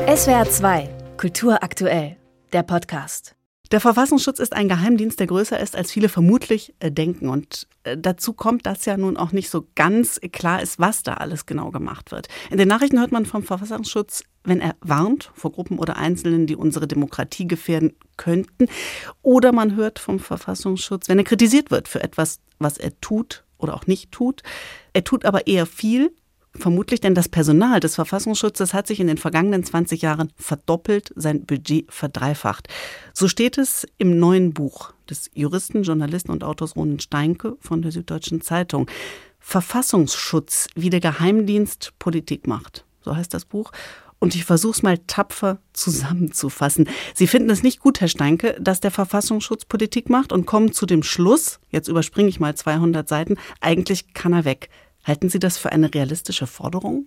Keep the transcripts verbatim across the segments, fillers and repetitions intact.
S W R zwei, Kultur aktuell, der Podcast. Der Verfassungsschutz ist ein Geheimdienst, der größer ist, als viele vermutlich äh, denken. Und äh, dazu kommt, dass ja nun auch nicht so ganz klar ist, was da alles genau gemacht wird. In den Nachrichten hört man vom Verfassungsschutz, wenn er warnt vor Gruppen oder Einzelnen, die unsere Demokratie gefährden könnten. Oder man hört vom Verfassungsschutz, wenn er kritisiert wird für etwas, was er tut oder auch nicht tut. Er tut aber eher viel. Vermutlich, denn das Personal des Verfassungsschutzes hat sich in den vergangenen zwanzig Jahren verdoppelt, sein Budget verdreifacht. So steht es im neuen Buch des Juristen, Journalisten und Autors Ronen Steinke von der Süddeutschen Zeitung. Verfassungsschutz, wie der Geheimdienst Politik macht. So heißt das Buch. Und ich versuche es mal tapfer zusammenzufassen. Sie finden es nicht gut, Herr Steinke, dass der Verfassungsschutz Politik macht und kommen zu dem Schluss, jetzt überspringe ich mal zweihundert Seiten, eigentlich kann er weg. Halten Sie das für eine realistische Forderung?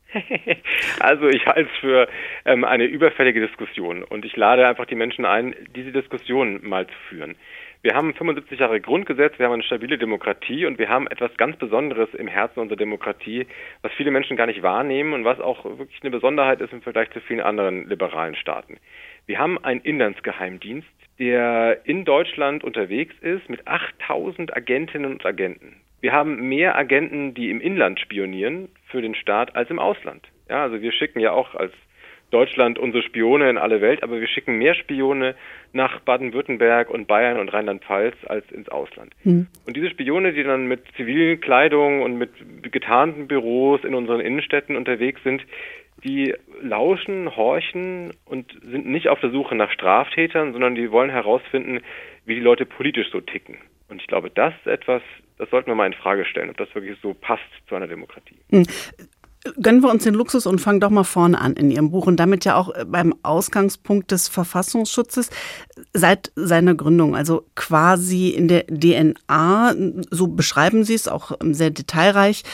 Also ich halte es für ähm, eine überfällige Diskussion und ich lade einfach die Menschen ein, diese Diskussion mal zu führen. Wir haben fünfundsiebzig Jahre Grundgesetz, wir haben eine stabile Demokratie und wir haben etwas ganz Besonderes im Herzen unserer Demokratie, was viele Menschen gar nicht wahrnehmen und was auch wirklich eine Besonderheit ist im Vergleich zu vielen anderen liberalen Staaten. Wir haben einen Inlandsgeheimdienst, der in Deutschland unterwegs ist mit achttausend Agentinnen und Agenten. Wir haben mehr Agenten, die im Inland spionieren für den Staat als im Ausland. Ja, also wir schicken ja auch als Deutschland unsere Spione in alle Welt, aber wir schicken mehr Spione nach Baden-Württemberg und Bayern und Rheinland-Pfalz als ins Ausland. Hm. Und diese Spione, die dann mit zivilen Kleidung und mit getarnten Büros in unseren Innenstädten unterwegs sind, die lauschen, horchen und sind nicht auf der Suche nach Straftätern, sondern die wollen herausfinden, wie die Leute politisch so ticken. Und ich glaube, das ist etwas, das sollten wir mal in Frage stellen, ob das wirklich so passt zu einer Demokratie. Hm. Gönnen wir uns den Luxus und fangen doch mal vorne an in Ihrem Buch und damit ja auch beim Ausgangspunkt des Verfassungsschutzes seit seiner Gründung, also quasi in der D N A, so beschreiben Sie es auch sehr detailreich,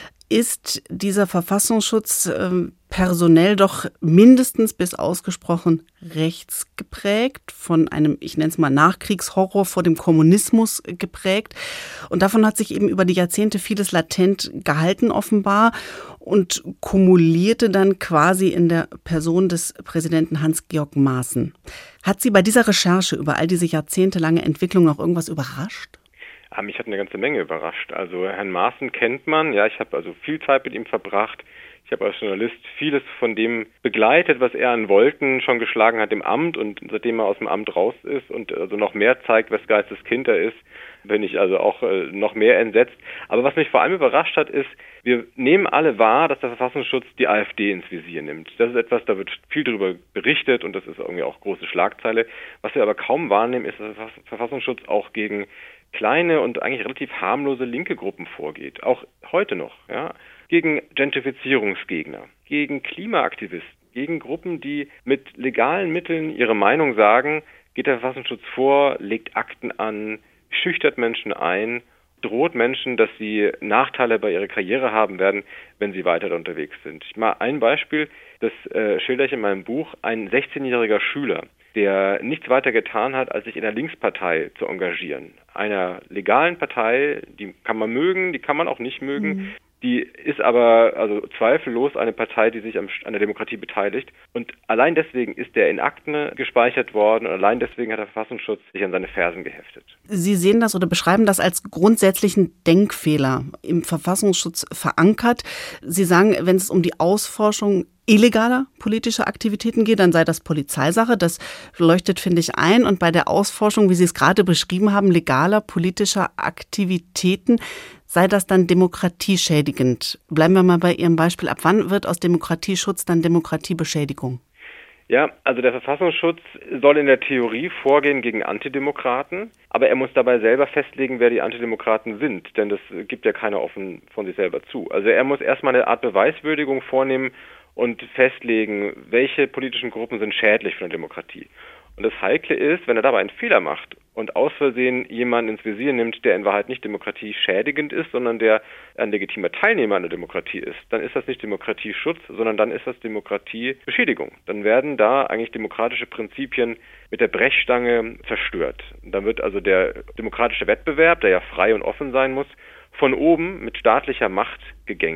ist dieser Verfassungsschutz äh, personell doch mindestens bis ausgesprochen rechts geprägt, von einem, ich nenne es mal Nachkriegshorror vor dem Kommunismus geprägt. Und davon hat sich eben über die Jahrzehnte vieles latent gehalten offenbar und kumulierte dann quasi in der Person des Präsidenten Hans-Georg Maaßen. Hat Sie bei dieser Recherche über all diese jahrzehntelange Entwicklung noch irgendwas überrascht? Ah, mich hat eine ganze Menge überrascht. Also Herrn Maaßen kennt man, ja, ich habe also viel Zeit mit ihm verbracht. Ich habe als Journalist vieles von dem begleitet, was er an Wolken schon geschlagen hat im Amt und seitdem er aus dem Amt raus ist und also noch mehr zeigt, wes Geistes Kind er ist, bin ich also auch äh, noch mehr entsetzt. Aber was mich vor allem überrascht hat, ist, wir nehmen alle wahr, dass der Verfassungsschutz die AfD ins Visier nimmt. Das ist etwas, da wird viel darüber berichtet und das ist irgendwie auch große Schlagzeile. Was wir aber kaum wahrnehmen, ist, dass der Verfassungsschutz auch gegen kleine und eigentlich relativ harmlose linke Gruppen vorgeht, auch heute noch, ja, gegen Gentrifizierungsgegner, gegen Klimaaktivisten, gegen Gruppen, die mit legalen Mitteln ihre Meinung sagen, geht der Verfassungsschutz vor, legt Akten an, schüchtert Menschen ein, droht Menschen, dass sie Nachteile bei ihrer Karriere haben werden, wenn sie weiter unterwegs sind. Ich mal ein Beispiel, das äh, schildere ich in meinem Buch, ein sechzehnjähriger Schüler, der nichts weiter getan hat, als sich in der Linkspartei zu engagieren. Einer legalen Partei, die kann man mögen, die kann man auch nicht mögen. Mhm. Die ist aber also zweifellos eine Partei, die sich an der Demokratie beteiligt. Und allein deswegen ist der in Akten gespeichert worden und allein deswegen hat der Verfassungsschutz sich an seine Fersen geheftet. Sie sehen das oder beschreiben das als grundsätzlichen Denkfehler im Verfassungsschutz verankert. Sie sagen, wenn es um die Ausforschung illegaler politischer Aktivitäten geht, dann sei das Polizeisache. Das leuchtet, finde ich, ein. Und bei der Ausforschung, wie Sie es gerade beschrieben haben, legaler politischer Aktivitäten, sei das dann demokratieschädigend. Bleiben wir mal bei Ihrem Beispiel. Ab wann wird aus Demokratieschutz dann Demokratiebeschädigung? Ja, also der Verfassungsschutz soll in der Theorie vorgehen gegen Antidemokraten, aber er muss dabei selber festlegen, wer die Antidemokraten sind, denn das gibt ja keiner offen von sich selber zu. Also er muss erstmal eine Art Beweiswürdigung vornehmen und festlegen, welche politischen Gruppen sind schädlich für eine Demokratie. Und das Heikle ist, wenn er dabei einen Fehler macht und aus Versehen jemanden ins Visier nimmt, der in Wahrheit nicht demokratieschädigend ist, sondern der ein legitimer Teilnehmer an der Demokratie ist, dann ist das nicht Demokratieschutz, sondern dann ist das Demokratiebeschädigung. Dann werden da eigentlich demokratische Prinzipien mit der Brechstange zerstört. Dann wird also der demokratische Wettbewerb, der ja frei und offen sein muss, von oben mit staatlicher Macht gegängelt.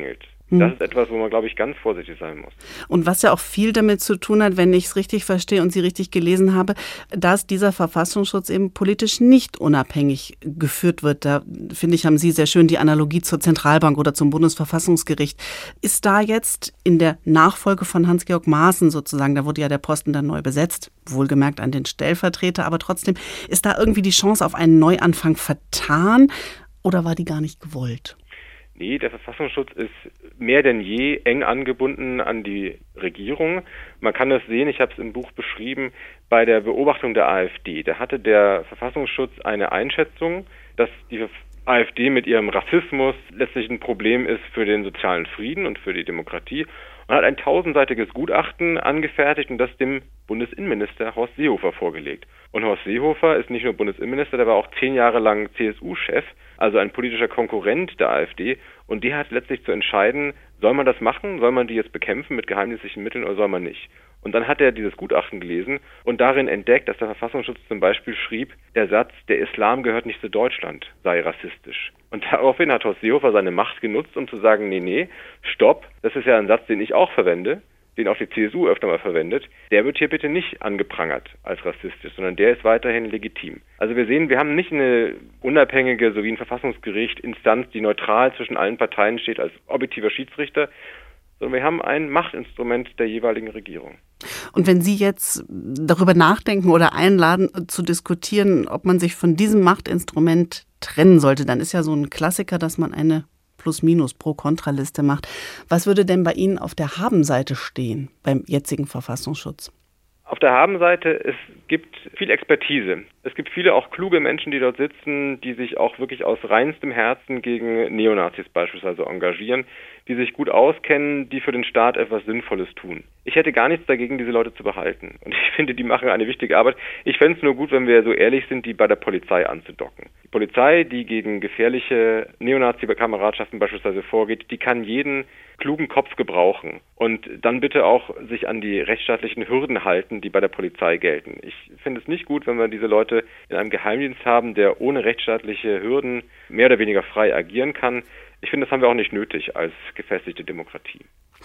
Das ist etwas, wo man, glaube ich, ganz vorsichtig sein muss. Und was ja auch viel damit zu tun hat, wenn ich es richtig verstehe und Sie richtig gelesen habe, dass dieser Verfassungsschutz eben politisch nicht unabhängig geführt wird. Da, finde ich, haben Sie sehr schön die Analogie zur Zentralbank oder zum Bundesverfassungsgericht. Ist da jetzt in der Nachfolge von Hans-Georg Maaßen sozusagen, da wurde ja der Posten dann neu besetzt, wohlgemerkt an den Stellvertreter, aber trotzdem, ist da irgendwie die Chance auf einen Neuanfang vertan oder war die gar nicht gewollt? Nee, der Verfassungsschutz ist mehr denn je eng angebunden an die Regierung. Man kann das sehen, ich habe es im Buch beschrieben, bei der Beobachtung der AfD. Da hatte der Verfassungsschutz eine Einschätzung, dass die AfD mit ihrem Rassismus letztlich ein Problem ist für den sozialen Frieden und für die Demokratie und hat ein tausendseitiges Gutachten angefertigt und das dem Bundesinnenminister Horst Seehofer vorgelegt. Und Horst Seehofer ist nicht nur Bundesinnenminister, der war auch zehn Jahre lang C S U-Chef, also ein politischer Konkurrent der AfD. Und der hat letztlich zu entscheiden, soll man das machen, soll man die jetzt bekämpfen mit geheimdienstlichen Mitteln oder soll man nicht. Und dann hat er dieses Gutachten gelesen und darin entdeckt, dass der Verfassungsschutz zum Beispiel schrieb, der Satz, der Islam gehört nicht zu Deutschland, sei rassistisch. Und daraufhin hat Horst Seehofer seine Macht genutzt, um zu sagen, nee, nee, stopp, das ist ja ein Satz, den ich auch verwende, den auch die C S U öfter mal verwendet, der wird hier bitte nicht angeprangert als rassistisch, sondern der ist weiterhin legitim. Also wir sehen, wir haben nicht eine unabhängige, so wie ein Verfassungsgericht, Instanz, die neutral zwischen allen Parteien steht als objektiver Schiedsrichter, sondern wir haben ein Machtinstrument der jeweiligen Regierung. Und wenn Sie jetzt darüber nachdenken oder einladen zu diskutieren, ob man sich von diesem Machtinstrument trennen sollte, dann ist ja so ein Klassiker, dass man eine Plus-Minus Pro-Kontra-Liste macht. Was würde denn bei Ihnen auf der Habenseite stehen beim jetzigen Verfassungsschutz? Auf der Habenseite, es gibt viel Expertise. Es gibt viele auch kluge Menschen, die dort sitzen, die sich auch wirklich aus reinstem Herzen gegen Neonazis beispielsweise engagieren, die sich gut auskennen, die für den Staat etwas Sinnvolles tun. Ich hätte gar nichts dagegen, diese Leute zu behalten. Und ich finde, die machen eine wichtige Arbeit. Ich fände es nur gut, wenn wir so ehrlich sind, die bei der Polizei anzudocken. Die Polizei, die gegen gefährliche Neonazi-Kameradschaften beispielsweise vorgeht, die kann jeden klugen Kopf gebrauchen. Und dann bitte auch sich an die rechtsstaatlichen Hürden halten, die bei der Polizei gelten. Ich finde es nicht gut, wenn wir diese Leute in einem Geheimdienst haben, der ohne rechtsstaatliche Hürden mehr oder weniger frei agieren kann. Ich finde, das haben wir auch nicht nötig als gefestigte Demokratie.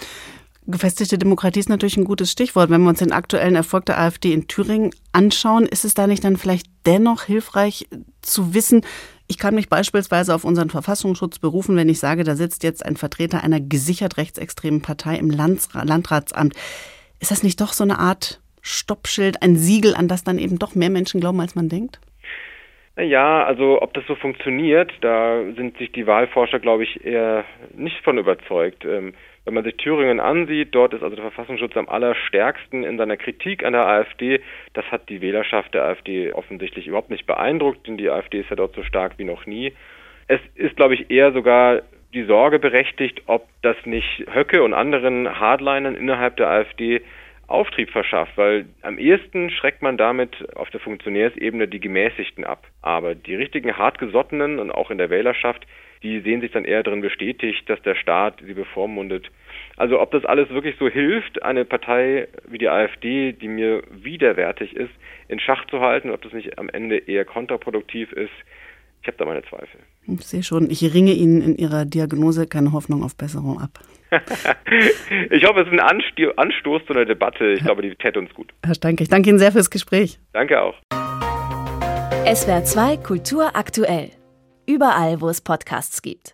Gefestigte Demokratie ist natürlich ein gutes Stichwort. Wenn wir uns den aktuellen Erfolg der AfD in Thüringen anschauen, ist es da nicht dann vielleicht dennoch hilfreich zu wissen, ich kann mich beispielsweise auf unseren Verfassungsschutz berufen, wenn ich sage, da sitzt jetzt ein Vertreter einer gesichert rechtsextremen Partei im Landratsamt. Ist das nicht doch so eine Art Stoppschild, ein Siegel, an das dann eben doch mehr Menschen glauben, als man denkt? Naja, also ob das so funktioniert, da sind sich die Wahlforscher, glaube ich, eher nicht von überzeugt. Ähm, wenn man sich Thüringen ansieht, dort ist also der Verfassungsschutz am allerstärksten in seiner Kritik an der AfD. Das hat die Wählerschaft der AfD offensichtlich überhaupt nicht beeindruckt, denn die AfD ist ja dort so stark wie noch nie. Es ist, glaube ich, eher sogar die Sorge berechtigt, ob das nicht Höcke und anderen Hardlinern innerhalb der AfD Auftrieb verschafft, weil am ehesten schreckt man damit auf der Funktionärsebene die Gemäßigten ab. Aber die richtigen Hartgesottenen und auch in der Wählerschaft, die sehen sich dann eher darin bestätigt, dass der Staat sie bevormundet. Also ob das alles wirklich so hilft, eine Partei wie die AfD, die mir widerwärtig ist, in Schach zu halten, ob das nicht am Ende eher kontraproduktiv ist, ich habe da meine Zweifel. Ich sehe schon, ich ringe Ihnen in Ihrer Diagnose keine Hoffnung auf Besserung ab. Ich hoffe, es ist ein Ansto- Anstoß zu einer Debatte. Ich glaube, die täte uns gut. Herr Steinke, ich danke Ihnen sehr fürs Gespräch. Danke auch. S W R zwei Kultur aktuell. Überall, wo es Podcasts gibt.